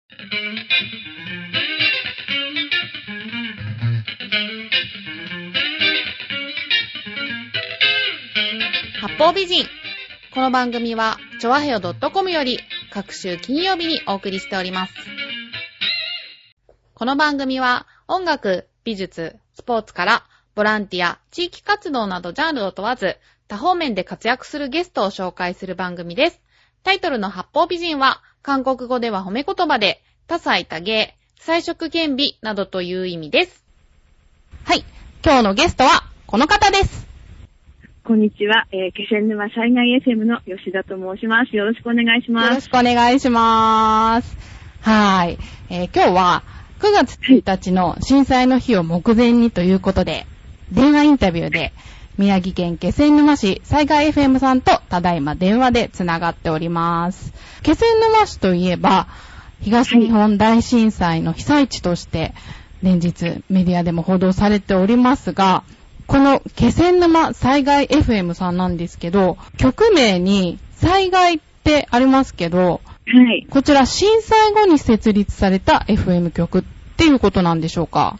八方美人。この番組はちょわへよ .com より各週金曜日にお送りしております。この番組は音楽、美術、スポーツからボランティア、地域活動などジャンルを問わず多方面で活躍するゲストを紹介する番組です。タイトルの八方美人は韓国語では褒め言葉で多彩多芸、彩色兼備などという意味です。はい、今日のゲストはこの方です。 こんにちは、気仙沼災害 FM の吉田と申します。よろしくお願いします。 よろしくお願いします。はい、今日は9月1日の震災の日を目前にということで、電話インタビューで宮城県気仙沼市災害 FM さんとただいま電話でつながっております。気仙沼市といえば東日本大震災の被災地として連日メディアでも報道されておりますが、この気仙沼災害 FM さんなんですけど、局名に災害ってありますけど、 はい、 こちら震災後に設立された FM 局っていうことなんでしょうか？ はい、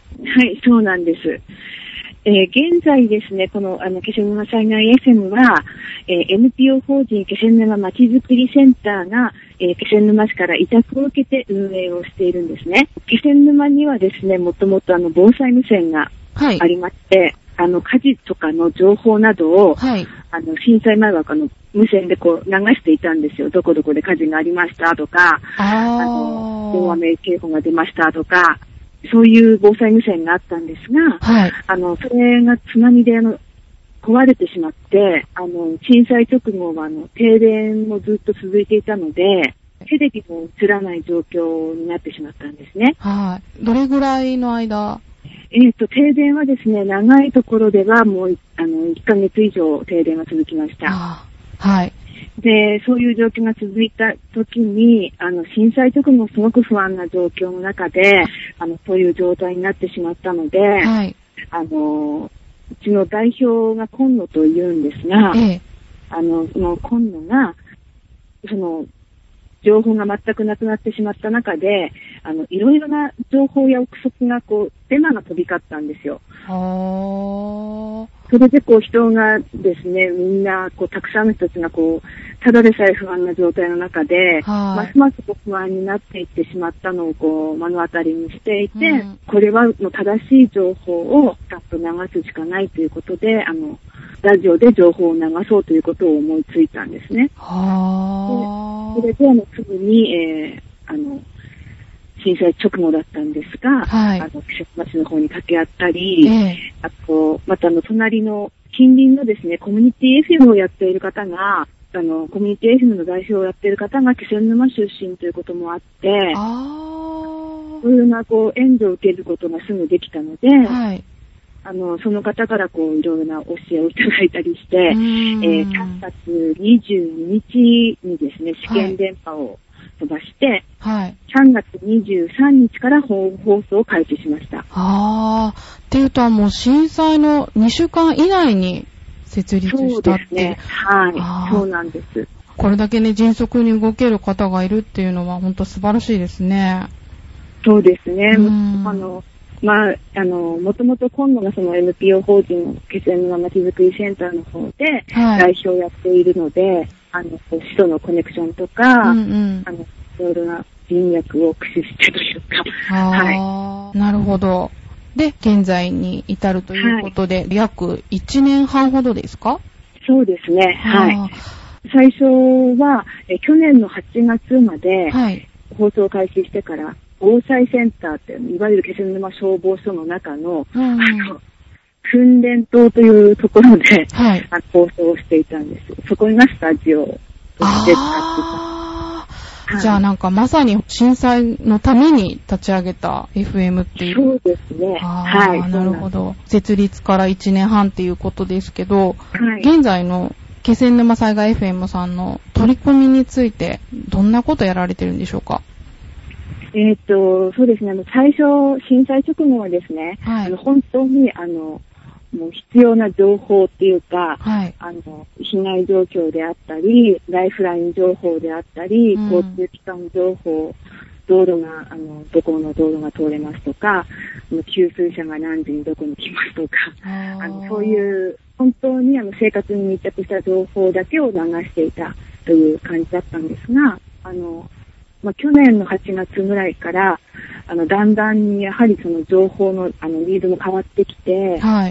そうなんです。現在ですね、この気仙沼災害 FM は、NPO 法人気仙沼まちづくりセンターが、気仙沼市から委託を受けて運営をしているんですね。気仙沼にはですね、もともと防災無線がありまして、火事とかの情報などを、はい、震災前は無線でこう流していたんですよ。どこどこで火事がありましたとか、大雨警報が出ましたとか、そういう防災無線があったんですが、はい、それが津波で壊れてしまって、震災直後は停電もずっと続いていたので、テレビも映らない状況になってしまったんですね。 はい。どれぐらいの間？ 停電はですね、長いところではもう、1ヶ月以上停電が続きました。 はい。 で、そういう状況が続いた時に、震災直後すごく不安な状況の中で、そういう状態になってしまったので、はい。うちの代表が今野と言うんですが、その今野が、情報が全くなくなってしまった中で、いろいろな情報や憶測がデマが飛び交ったんですよ。それで人がですね、みんなたくさんの人たちがただでさえ不安な状態の中で、ますます不安になっていってしまったのを目の当たりにしていて、これはもう正しい情報をちゃんと流すしかないということで、ラジオで情報を流そうということを思いついたんですね。それですぐに、震災直後だったんですが、はい、気仙沼市の方に掛け合ったり、あと、また隣の近隣のですね、コミュニティ FM をやっている方が、コミュニティ FM の代表をやっている方が気仙沼出身ということもあって、そういうような援助を受けることがすぐできたので、はい、その方からいろいろな教えをいただいたりして、3月22日にですね、試験電波を飛ばして、はい、3月23日から放送を開始しました。 っていうとはもう震災の2週間以内に設立したって。そうですね。 はい。そうなんです。 これだけね、迅速に動ける方がいるっていうのは本当素晴らしいですね。 そうですね。もともと今度がその NPO 法人気仙沼まちづくりセンターの方で代表をやっているので、市とのコネクションとか、いろいろな人脈を駆使してというか、 はい。なるほど。で、現在に至るということで、はい、約1年半ほどですか？ そうですね。はい。最初は去年の8月まで放送を開始してから、防災センターって、いわゆる気仙沼消防署の中の、訓練棟というところで、はい、放送をしていたんです。そこがスタジオとして使ってた。 じゃあなんかまさに震災のために立ち上げた FM っていう。 そうですね。はい。 なるほど。設立から1年半っていうことですけど、はい、現在の気仙沼災害 FM さんの取り組みについてどんなことやられてるんでしょうか？ そうですね。最初、震災直後はですね、はい、本当に、もう必要な情報っていうか、はい、被害状況であったり、ライフライン情報であったり、交通機関情報道路が、どこの道路が通れますとか、給水車が何時にどこに来ますとか、そういう、本当に生活に密着した情報だけを流していたという感じだったんですが、去年の8月ぐらいから、だんだんにやはりその情報の、リードも変わってきて、 はい。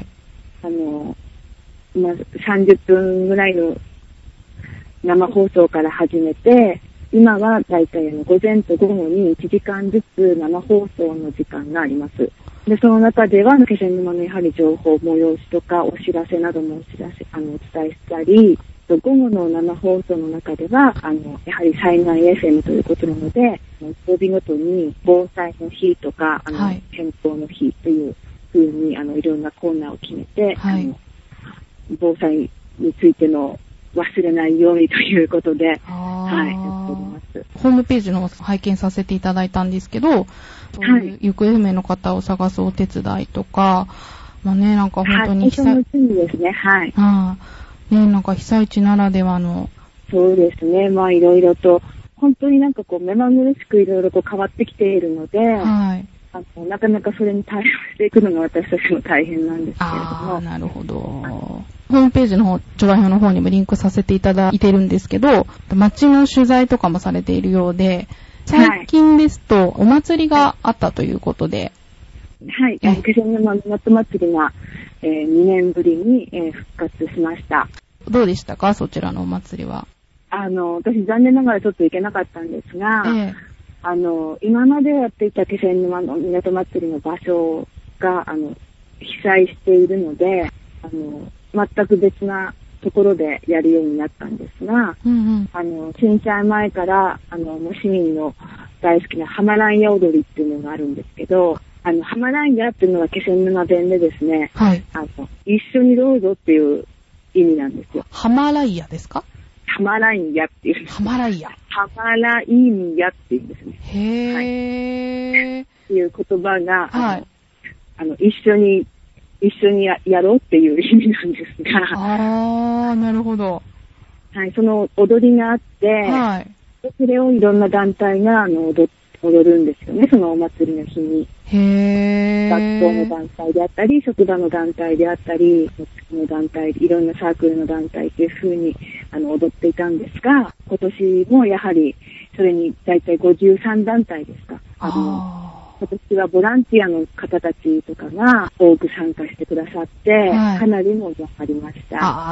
30分ぐらいの生放送から始めて、今はだいたい午前と午後に1時間ずつ生放送の時間があります。で、その中では、気仙沼のやはり情報、催しとかお知らせなどもお伝えしたり、午後の生放送の中では、やはり災害 FM ということなので、曜日ごとに防災の日とか、健康の日というふうに、いろんなコーナーを決めて、はい、防災についての忘れないようにということで、はい、やっております。 ホームページの拝見させていただいたんですけど、そういう行方不明の方を探すお手伝いとか、まあね、なんか本当に最初のうちにですね、はい。 ね、なんか被災地ならではの。 そうですね、まあいろいろと、本当になんかこう目まぐるしくいろいろと変わってきているので、はい。なかなかそれに対応していくのが私たちも大変なんですけれども。 なるほど。ホームページの方、調和表の方にもリンクさせていただいてるんですけど、街の取材とかもされているようで、最近ですとお祭りがあったということで。 はい、気仙沼夏祭りが、2年ぶりに、復活しました。 どうでしたか、そちらのお祭りは。 私残念ながらちょっと行けなかったんですが、今までやっていた気仙沼の港祭りの場所が、被災しているので、全く別なところでやるようになったんですが、震災前から、市民の大好きなハマランヤ踊りっていうのがあるんですけど、ハマランヤっていうのは気仙沼弁でですね、はい、一緒にどうぞっていう意味なんですよ。 ハマライヤですか？ ハマライヤっていう。 ハマライヤ。 ハマライミヤっていうんですね。 へー。 っていう言葉が、はい、一緒にやろうっていう意味なんですが。 なるほど。 はい、その踊りがあって、はい、それをいろんな団体が踊るんですよね、そのお祭りの日に。 へー。 学校の団体であったり、職場の団体であったり、月の団体、いろんなサークルの団体っていう風に踊っていたんですが、今年もやはりそれに大体53団体ですか。今年はボランティアの方たちとかが多く参加してくださって、はい、かなり盛り上がりました。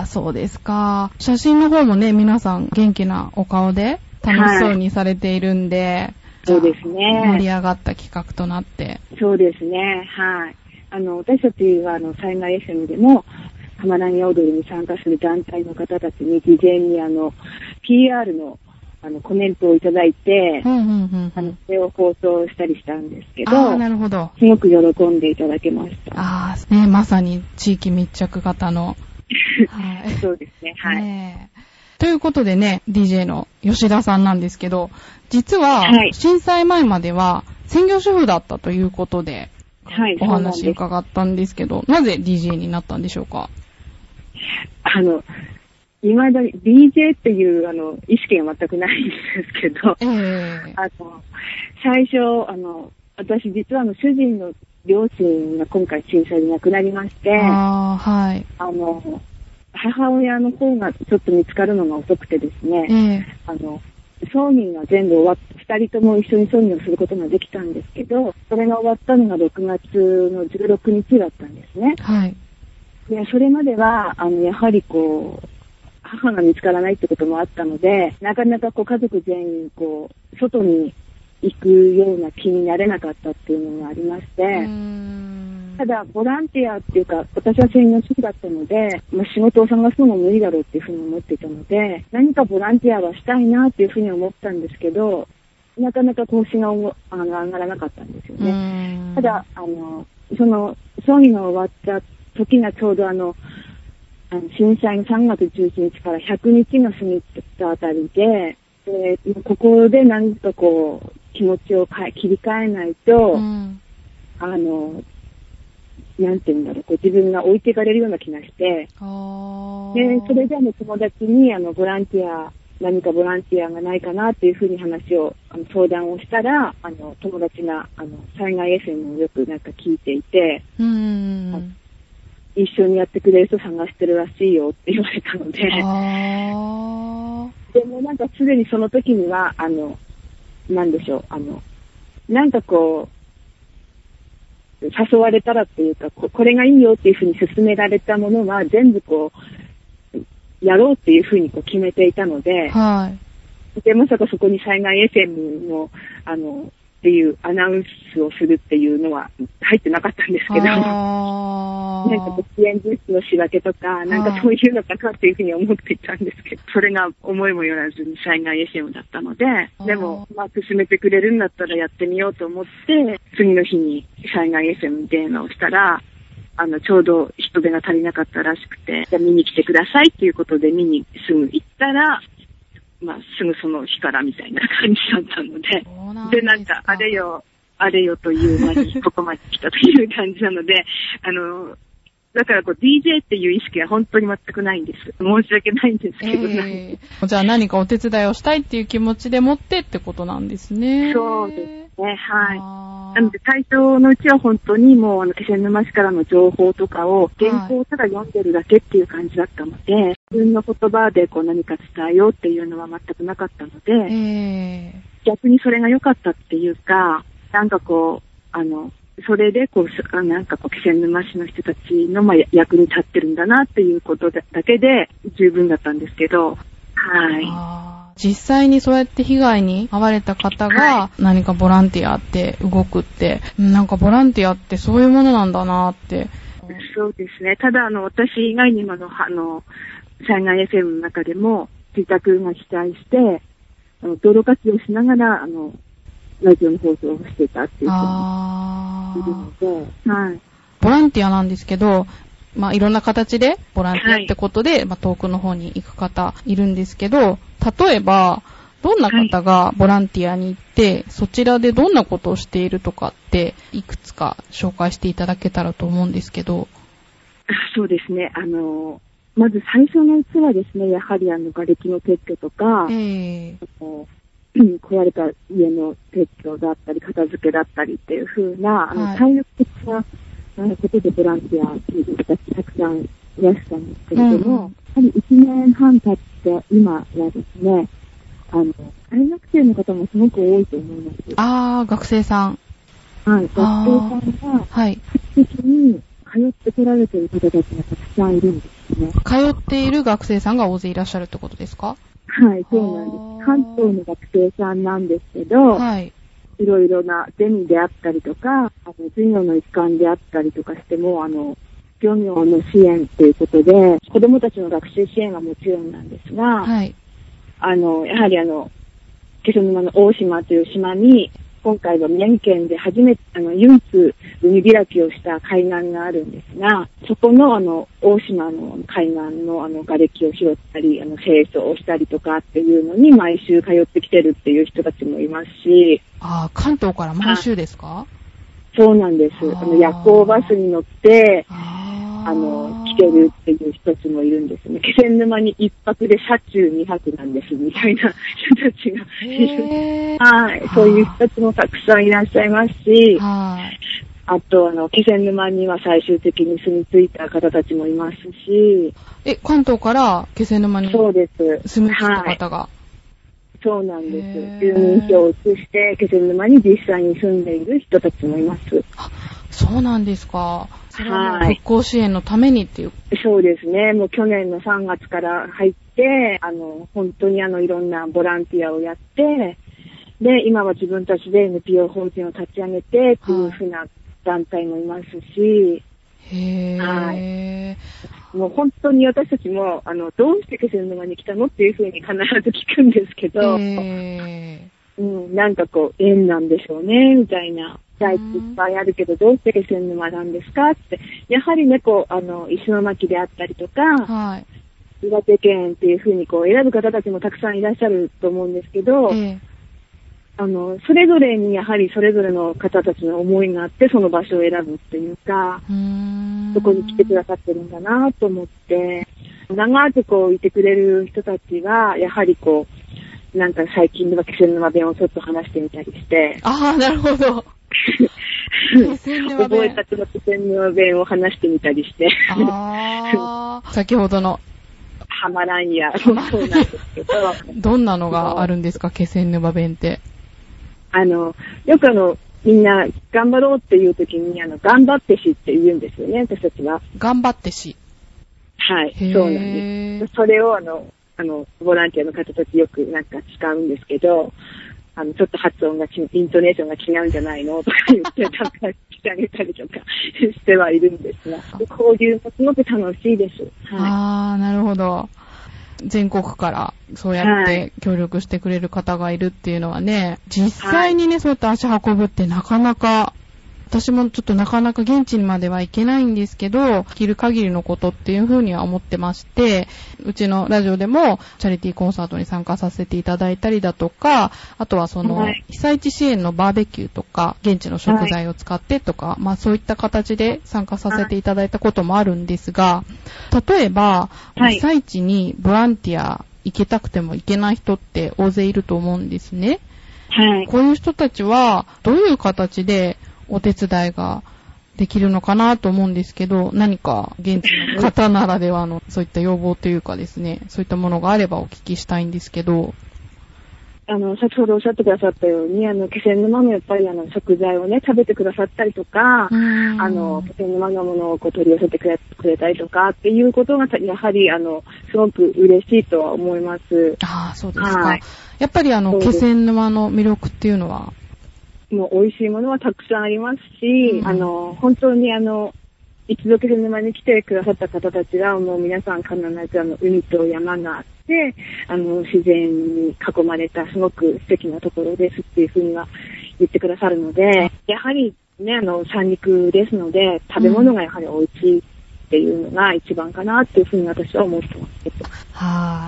そうですか。写真の方もね、皆さん元気なお顔で楽しそうにされているんで、はい、 そうですね。 盛り上がった企画となって。 そうですね。はい。私たちは災害 FM でも、ハマランヤ踊りに参加する団体の方たちに事前にPR のコメントをいただいて、それを放送したりしたんですけど、 なるほど。 すごく喜んでいただけました。 ね、まさに地域密着型の。 はい、そうですね。はい。 ということでね、DJ の吉田さんなんですけど、実は、震災前までは専業主婦だったということで、はい、お話伺ったんですけど、なぜ DJ になったんでしょうか？ 未だに DJ っていう意識が全くないんですけど、最初、私実は主人の両親が今回震災で亡くなりまして、はい。母親の方がちょっと見つかるのが遅くてですね、葬儀が全部終わって、二人とも一緒に葬儀をすることができたんですけど、それが終わったのが6月の16日だったんですね。はい。で、それまでは、やはり母が見つからないってこともあったので、なかなか家族全員外に行くような気になれなかったっていうのがありまして、ただ、ボランティアっていうか、私は専業主婦だったので、仕事を探すのも無理だろうっていうふうに思っていたので、何かボランティアはしたいなっていうふうに思ったんですけど、なかなか投資が上がらなかったんですよね。ただ、その葬儀が終わった時がちょうど震災の3月11日から100日が過ぎたあたりで、ここで何か気持ちを切り替えないと、なんていうんだろう、自分が置いていかれるような気がして、で、それで友達にボランティア何かボランティアがないかなっていうふうに話を、相談をしたら、友達が、災害 FM をよくなんか聞いていて、一緒にやってくれる人探してるらしいよって言われたので、でもなんかすでにその時には、なんでしょう、なんかこう、誘われたらっていうか、これがいいよっていうふうに勧められたものは全部こう、やろうっていうふうにこう決めていたので、 はい。 で、まさかそこに災害 FM の、っていうアナウンスをするっていうのは入ってなかったんですけど、なんか支援物資の仕分けとか、なんかそういうのかなっていうふうに思っていたんですけど、それが思いもよらずに災害 FM だったので、でも、まあ、進めてくれるんだったらやってみようと思って、次の日に災害 FM に電話をしたら、ちょうど人手が足りなかったらしくて、じゃあ見に来てくださいっていうことで見にすぐ行ったら、まあ、すぐその日からみたいな感じだったので、で、なんか、あれよという間にここまで来たという感じなので、だからこう DJ っていう意識は本当に全くないんです。申し訳ないんですけど、 じゃあ何かお手伝いをしたいっていう気持ちでもってってことなんですね。 そうですね、はい。なので最初のうちは本当にもう気仙沼市からの情報とかを原稿をただ読んでるだけっていう感じだったので、自分の言葉でこう何か伝えようっていうのは全くなかったので、逆にそれが良かったっていうか、なんかこう、それでこう、なんかこう、気仙沼市の人たちの役に立ってるんだなっていうことだけで十分だったんですけど、はい。 実際にそうやって被害に遭われた方が何かボランティアって動くって、なんかボランティアってそういうものなんだなって。 そうですね。ただ私以外にも災害 FM の中でも自宅が被災して、道路活動しながら、ラジオの放送をしていたっていう人もいるので、はい。 ボランティアなんですけど、まあ、いろんな形でボランティアってことで、まあ、遠くの方に行く方いるんですけど、例えば、どんな方がボランティアに行って、そちらでどんなことをしているとかって、いくつか紹介していただけたらと思うんですけど。 そうですね。まず最初のうちはですね、やはり瓦礫の撤去とか、壊れた家の撤去だったり、片付けだったりっていう風な、体力的なことでボランティアっていう方たくさんいらっしゃるんですけれども、やはり1年半経って今はですね、大学生の方もすごく多いと思います。 学生さん。 はい、学生さんが、定期的に通ってこられている方たちがたくさんいるんですね。 通っている学生さんが大勢いらっしゃるってことですか？ はい、そうなんです。関東の学生さんなんですけど、いろいろなゼミであったりとか、授業の一環であったりとかしても、漁業の支援ということで、子供たちの学習支援はもちろんなんですが、やはり気仙沼の大島という島に、今回は宮城県で初めて、唯一海開きをした海岸があるんですが、そこの大島の海岸の瓦礫を拾ったり、清掃をしたりとかっていうのに毎週通ってきてるっていう人たちもいますし。 関東から毎週ですか？ そうなんです。夜行バスに乗って、来てるっていう人たちもいるんですね。気仙沼に一泊で車中2泊なんです、みたいな人たちがいる。はい。そういう人たちもたくさんいらっしゃいますし、あと、気仙沼には最終的に住み着いた方たちもいますし。 関東から気仙沼に住み着いた方が。 そうなんです。住民票を移して気仙沼に実際に住んでいる人たちもいます。 そうなんですか。それは復興支援のためにっていう。 そうですね。もう去年の3月から入って、本当にいろんなボランティアをやって、で、今は自分たちで NPO 法人を立ち上げてっていうふうな団体もいますし、もう本当に私たちも、どうして気仙沼に来たのっていうふうに必ず聞くんですけど、なんかこう、縁なんでしょうね、みたいな。大地いっぱいあるけど、どうして気仙沼なんですかって。やはりね、こう、石巻であったりとか、岩手県っていうふうにこう、選ぶ方たちもたくさんいらっしゃると思うんですけど、それぞれにやはりそれぞれの方たちの思いがあって、その場所を選ぶっていうか、そこに来てくださってるんだなと思って、 長くこういてくれる人たちは、やはりこう、なんか最近では気仙沼弁をちょっと話してみたりして。 ああ、なるほど。 覚えたての気仙沼弁を話してみたりして。 ああ、先ほどの。 はまらんや、そうなんですけど。 どんなのがあるんですか、気仙沼弁って。 よくみんな頑張ろうっていう時に、頑張ってしって言うんですよね、私たちは。 頑張ってし。 はい、そうなんです。それをボランティアの方たちよくなんか使うんですけど、ちょっと発音がイントネーションが違うんじゃないのとか言って、なんかしてあげたりとかしてはいるんですが、交流もすごく楽しいです。 はい、ああ、なるほど。全国からそうやって協力してくれる方がいるっていうのはね、実際にね、そうやって足運ぶってなかなか、私もちょっとなかなか現地にまでは行けないんですけど、できる限りのことっていう風には思ってまして、うちのラジオでもチャリティーコンサートに参加させていただいたりだとか、あとは被災地支援のバーベキューとか、現地の食材を使ってとか、まあそういった形で参加させていただいたこともあるんですが、例えば、被災地にボランティア行けたくても行けない人って大勢いると思うんですね。 はい。 こういう人たちはどういう形でお手伝いができるのかなと思うんですけど、何か現地の方ならではのそういった要望というかですね、そういったものがあればお聞きしたいんですけど。 先ほどおっしゃってくださったように、気仙沼のやっぱり食材をね、食べてくださったりとか、気仙沼のものを取り寄せてくれたりとかっていうことが、やはり、すごく嬉しいとは思います。 ああ、そうですか。はい、やっぱり気仙沼の魅力っていうのは、 もう美味しいものはたくさんありますし、本当に一度気仙沼に来てくださった方たちは、もう皆さん必ず海と山があって、自然に囲まれたすごく素敵なところですっていうふうには言ってくださるので、やはりね、三陸ですので、食べ物がやはり美味しいっていうのが一番かなっていうふうに私は思ってますけど。 はい。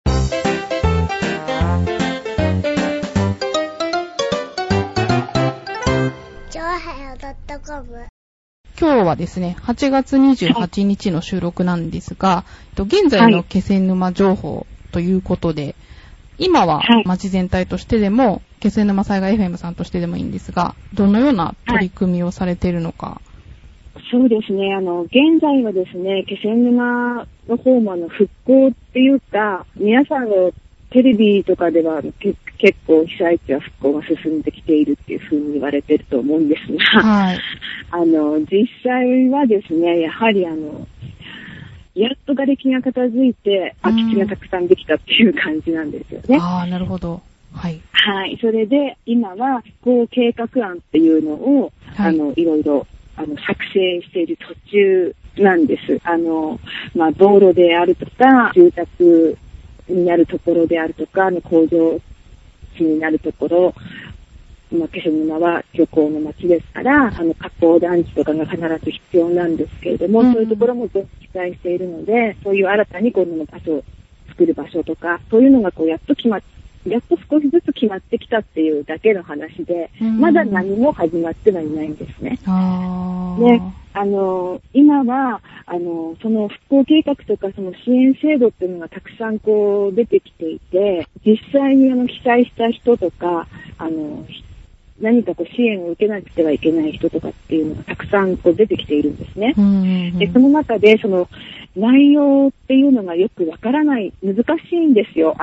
今日はですね、8月28日の収録なんですが、現在の気仙沼情報ということで、今は町全体としてでも、気仙沼災害 FM さんとしてでもいいんですが、どのような取り組みをされているのか。 そうですね、現在はですね、気仙沼の方も復興っていうか、皆さんのテレビとかでは結構被災地は復興が進んできているっていうふうに言われてると思うんですが、 はい、 実際はですね、やはりやっと瓦礫が片付いて空き地がたくさんできたっていう感じなんですよね。 ああ、なるほど。はい。 はい。それで今は復興計画案っていうのを、はい、いろいろ作成している途中なんです。道路であるとか住宅になるところであるとか、工場地になるところ、気仙沼は漁港の町ですから、加工団地とかが必ず必要なんですけれども、そういうところも全部記載しているので、そういう新たにこの場所を作る場所とか、そういうのがやっと少しずつ決まってきたっていうだけの話で、まだ何も始まってはいないんですね。で、今は、その復興計画とかその支援制度っていうのがたくさん出てきていて、実際に被災した人とか、何か支援を受けなくてはいけない人とかっていうのがたくさん出てきているんですね。で、その中でその内容っていうのがよくわからない、難しいんですよ。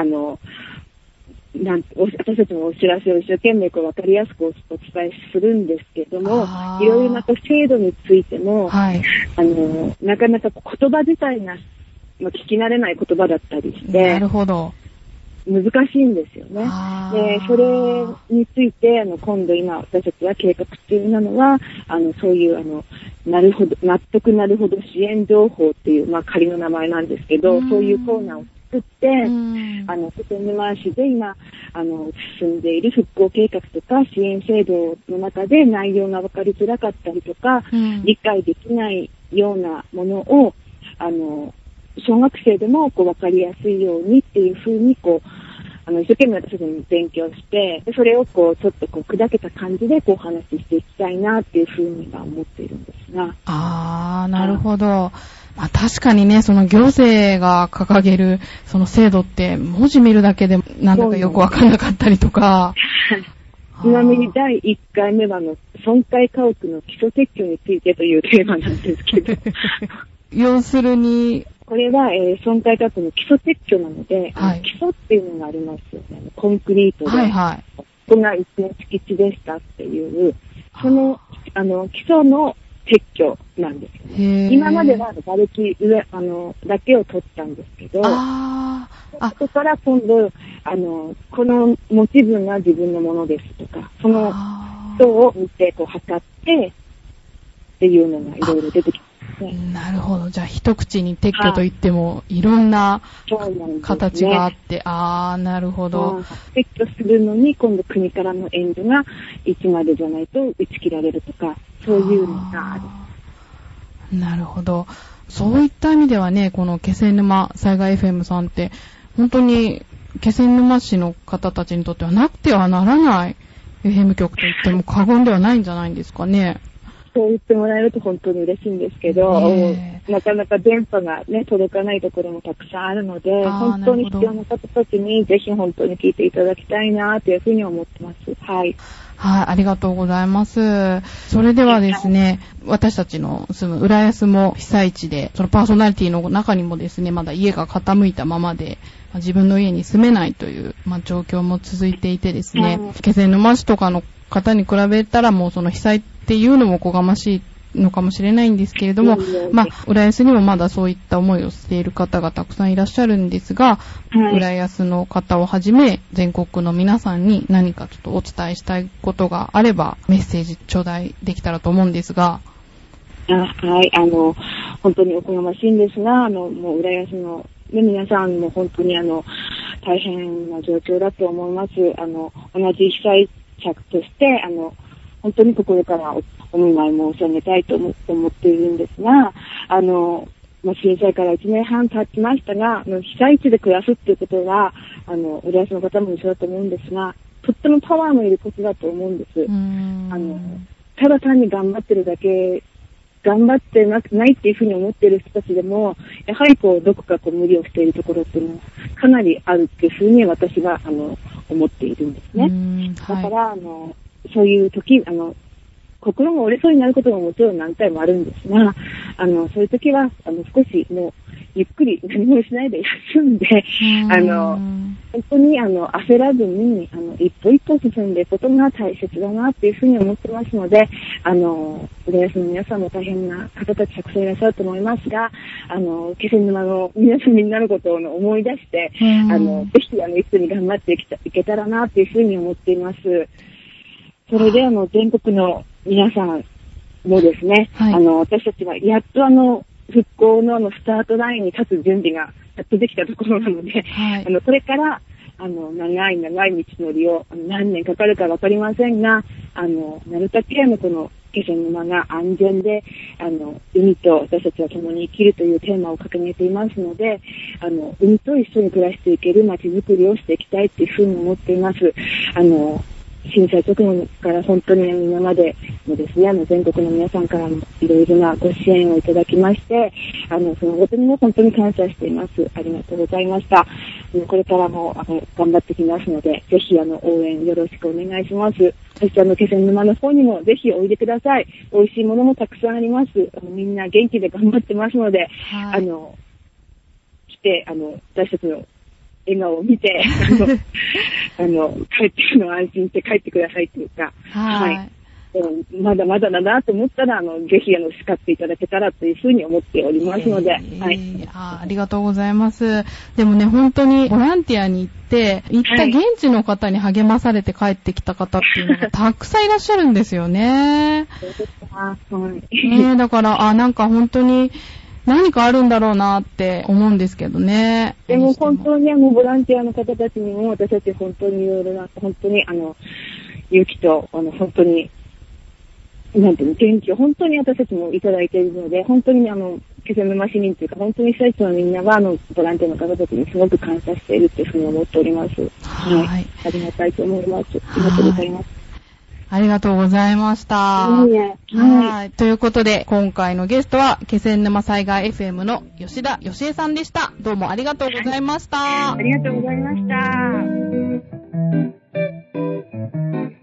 私たちもお知らせを一生懸命わかりやすくお伝えするんですけども、いろいろな制度についても、はい、なかなか言葉自体が、聞き慣れない言葉だったりして、 なるほど。 難しいんですよね。で、それについて、今度今私たちは計画中なのは、そういうなるほど、納得なるほど支援情報っていう、仮の名前なんですけど、そういうコーナーを作って、気仙沼市で今、進んでいる復興計画とか支援制度の中で内容が分かりづらかったりとか、理解できないようなものを、小学生でも分かりやすいようにっていうふうに一生懸命私たちに勉強して、それをちょっと砕けた感じでお話ししていきたいなっていうふうには思っているんですが。 なるほど。 確かにね、その行政が掲げるその制度って文字見るだけでなんだかよくわからなかったりとか。 ちなみに第1回目は損壊家屋の基礎撤去についてというテーマなんですけど。 要するに、 これは、損壊家屋の基礎撤去なので、 はい、 基礎っていうのがありますよね。コンクリートで。 はいはい。 ここが一面敷地でしたっていう、その、基礎の撤去なんですよね。今までは瓦礫だけを取ったんですけど、そこから今度、この持ち分が自分のものですとか、その人を見て、測って、っていうのがいろいろ出てきますね。 なるほど。じゃあ、一口に撤去といっても、いろんな形があって、なるほど。 撤去するのに、今度国からの援助がいつまでじゃないと打ち切られるとか、そういうのがある。 なるほど。そういった意味ではね、この気仙沼災害 FM さんって、本当に気仙沼市の方たちにとってはなくてはならない FM 局と言っても過言ではないんじゃないんですかね。 そう言ってもらえると本当に嬉しいんですけど、なかなか電波がね、届かないところもたくさんあるので、本当に必要な方たちにぜひ本当に聞いていただきたいなというふうに思ってます。はい。 はい、ありがとうございます。それではですね、私たちの住む浦安も被災地で、そのパーソナリティの中にもですね、まだ家が傾いたままで、自分の家に住めないという、状況も続いていてですね、気仙沼市とかの方に比べたらもうその被災っていうのもおこがましいのかもしれないんですけれども、浦安にもまだそういった思いをしている方がたくさんいらっしゃるんですが、浦安の方をはじめ全国の皆さんに何かちょっとお伝えしたいことがあればメッセージ頂戴できたらと思うんですが。 はい、本当におこがましいんですが、もう浦安の、ね、皆さんも本当に大変な状況だと思います。同じ被災者として、本当に心からお見舞い申し上げたいと思っているんですが、震災から1年半経ちましたが、被災地で暮らすっていうことは、浦安の方も一緒だと思うんですが、とってもパワーのいることだと思うんです。ただ単に頑張ってるだけ、頑張ってないっていうふうに思っている人たちでも、やはりどこか無理をしているところっていうのはかなりあるっていうふうに私は、思っているんですね。だから、そういう時、心が折れそうになることももちろん何回もあるんですが、そういう時は、少しもう、ゆっくり何もしないで休んで、本当に焦らずに、一歩一歩進んでいくことが大切だなっていうふうに思ってますので、浦安の皆さんも大変な方たちたくさんいらっしゃると思いますが、気仙沼の皆さんみんなのことを思い出して、ぜひ一緒に頑張っていけたらなっていうふうに思っています。それで全国の皆さんもですね、私たちはやっと復興のスタートラインに立つ準備がやっとできたところなので、これから長い道のりを何年かかるかわかりませんが、なるだけこの気仙沼が安全で、海と私たちは共に生きるというテーマを掲げていますので、海と一緒に暮らしていける街づくりをしていきたいというふうに思っています。震災直後から本当に今までもですね、全国の皆さんからもいろいろなご支援をいただきまして、そのことにも本当に感謝しています。ありがとうございました。これからも頑張ってきますので、ぜひ応援よろしくお願いします。そして気仙沼の方にもぜひおいでください。美味しいものもたくさんあります。みんな元気で頑張ってますので、来て、私たちの笑顔を見て、帰ってくるのを安心して帰ってくださいというか、まだまだだなと思ったら、ぜひ叱っていただけたらというふうに思っておりますので、 ありがとうございます。でもね、本当にボランティアに行った現地の方に励まされて帰ってきた方っていうのがたくさんいらっしゃるんですよね。だから、なんか本当に、何かあるんだろうなって思うんですけどね。 でも本当にボランティアの方たちにも私たち本当にいろいろな、本当に勇気と本当に元気を本当に私たちもいただいているので、本当に気仙沼市民というか本当に被災地のみんなはボランティアの方たちにすごく感謝しているというふうに思っております。ありがたいと思います。ありがとうございます。 ありがとうございました。はい。ということで、今回のゲストは、気仙沼災害 FM の吉田よしえさんでした。どうもありがとうございました。 ありがとうございました。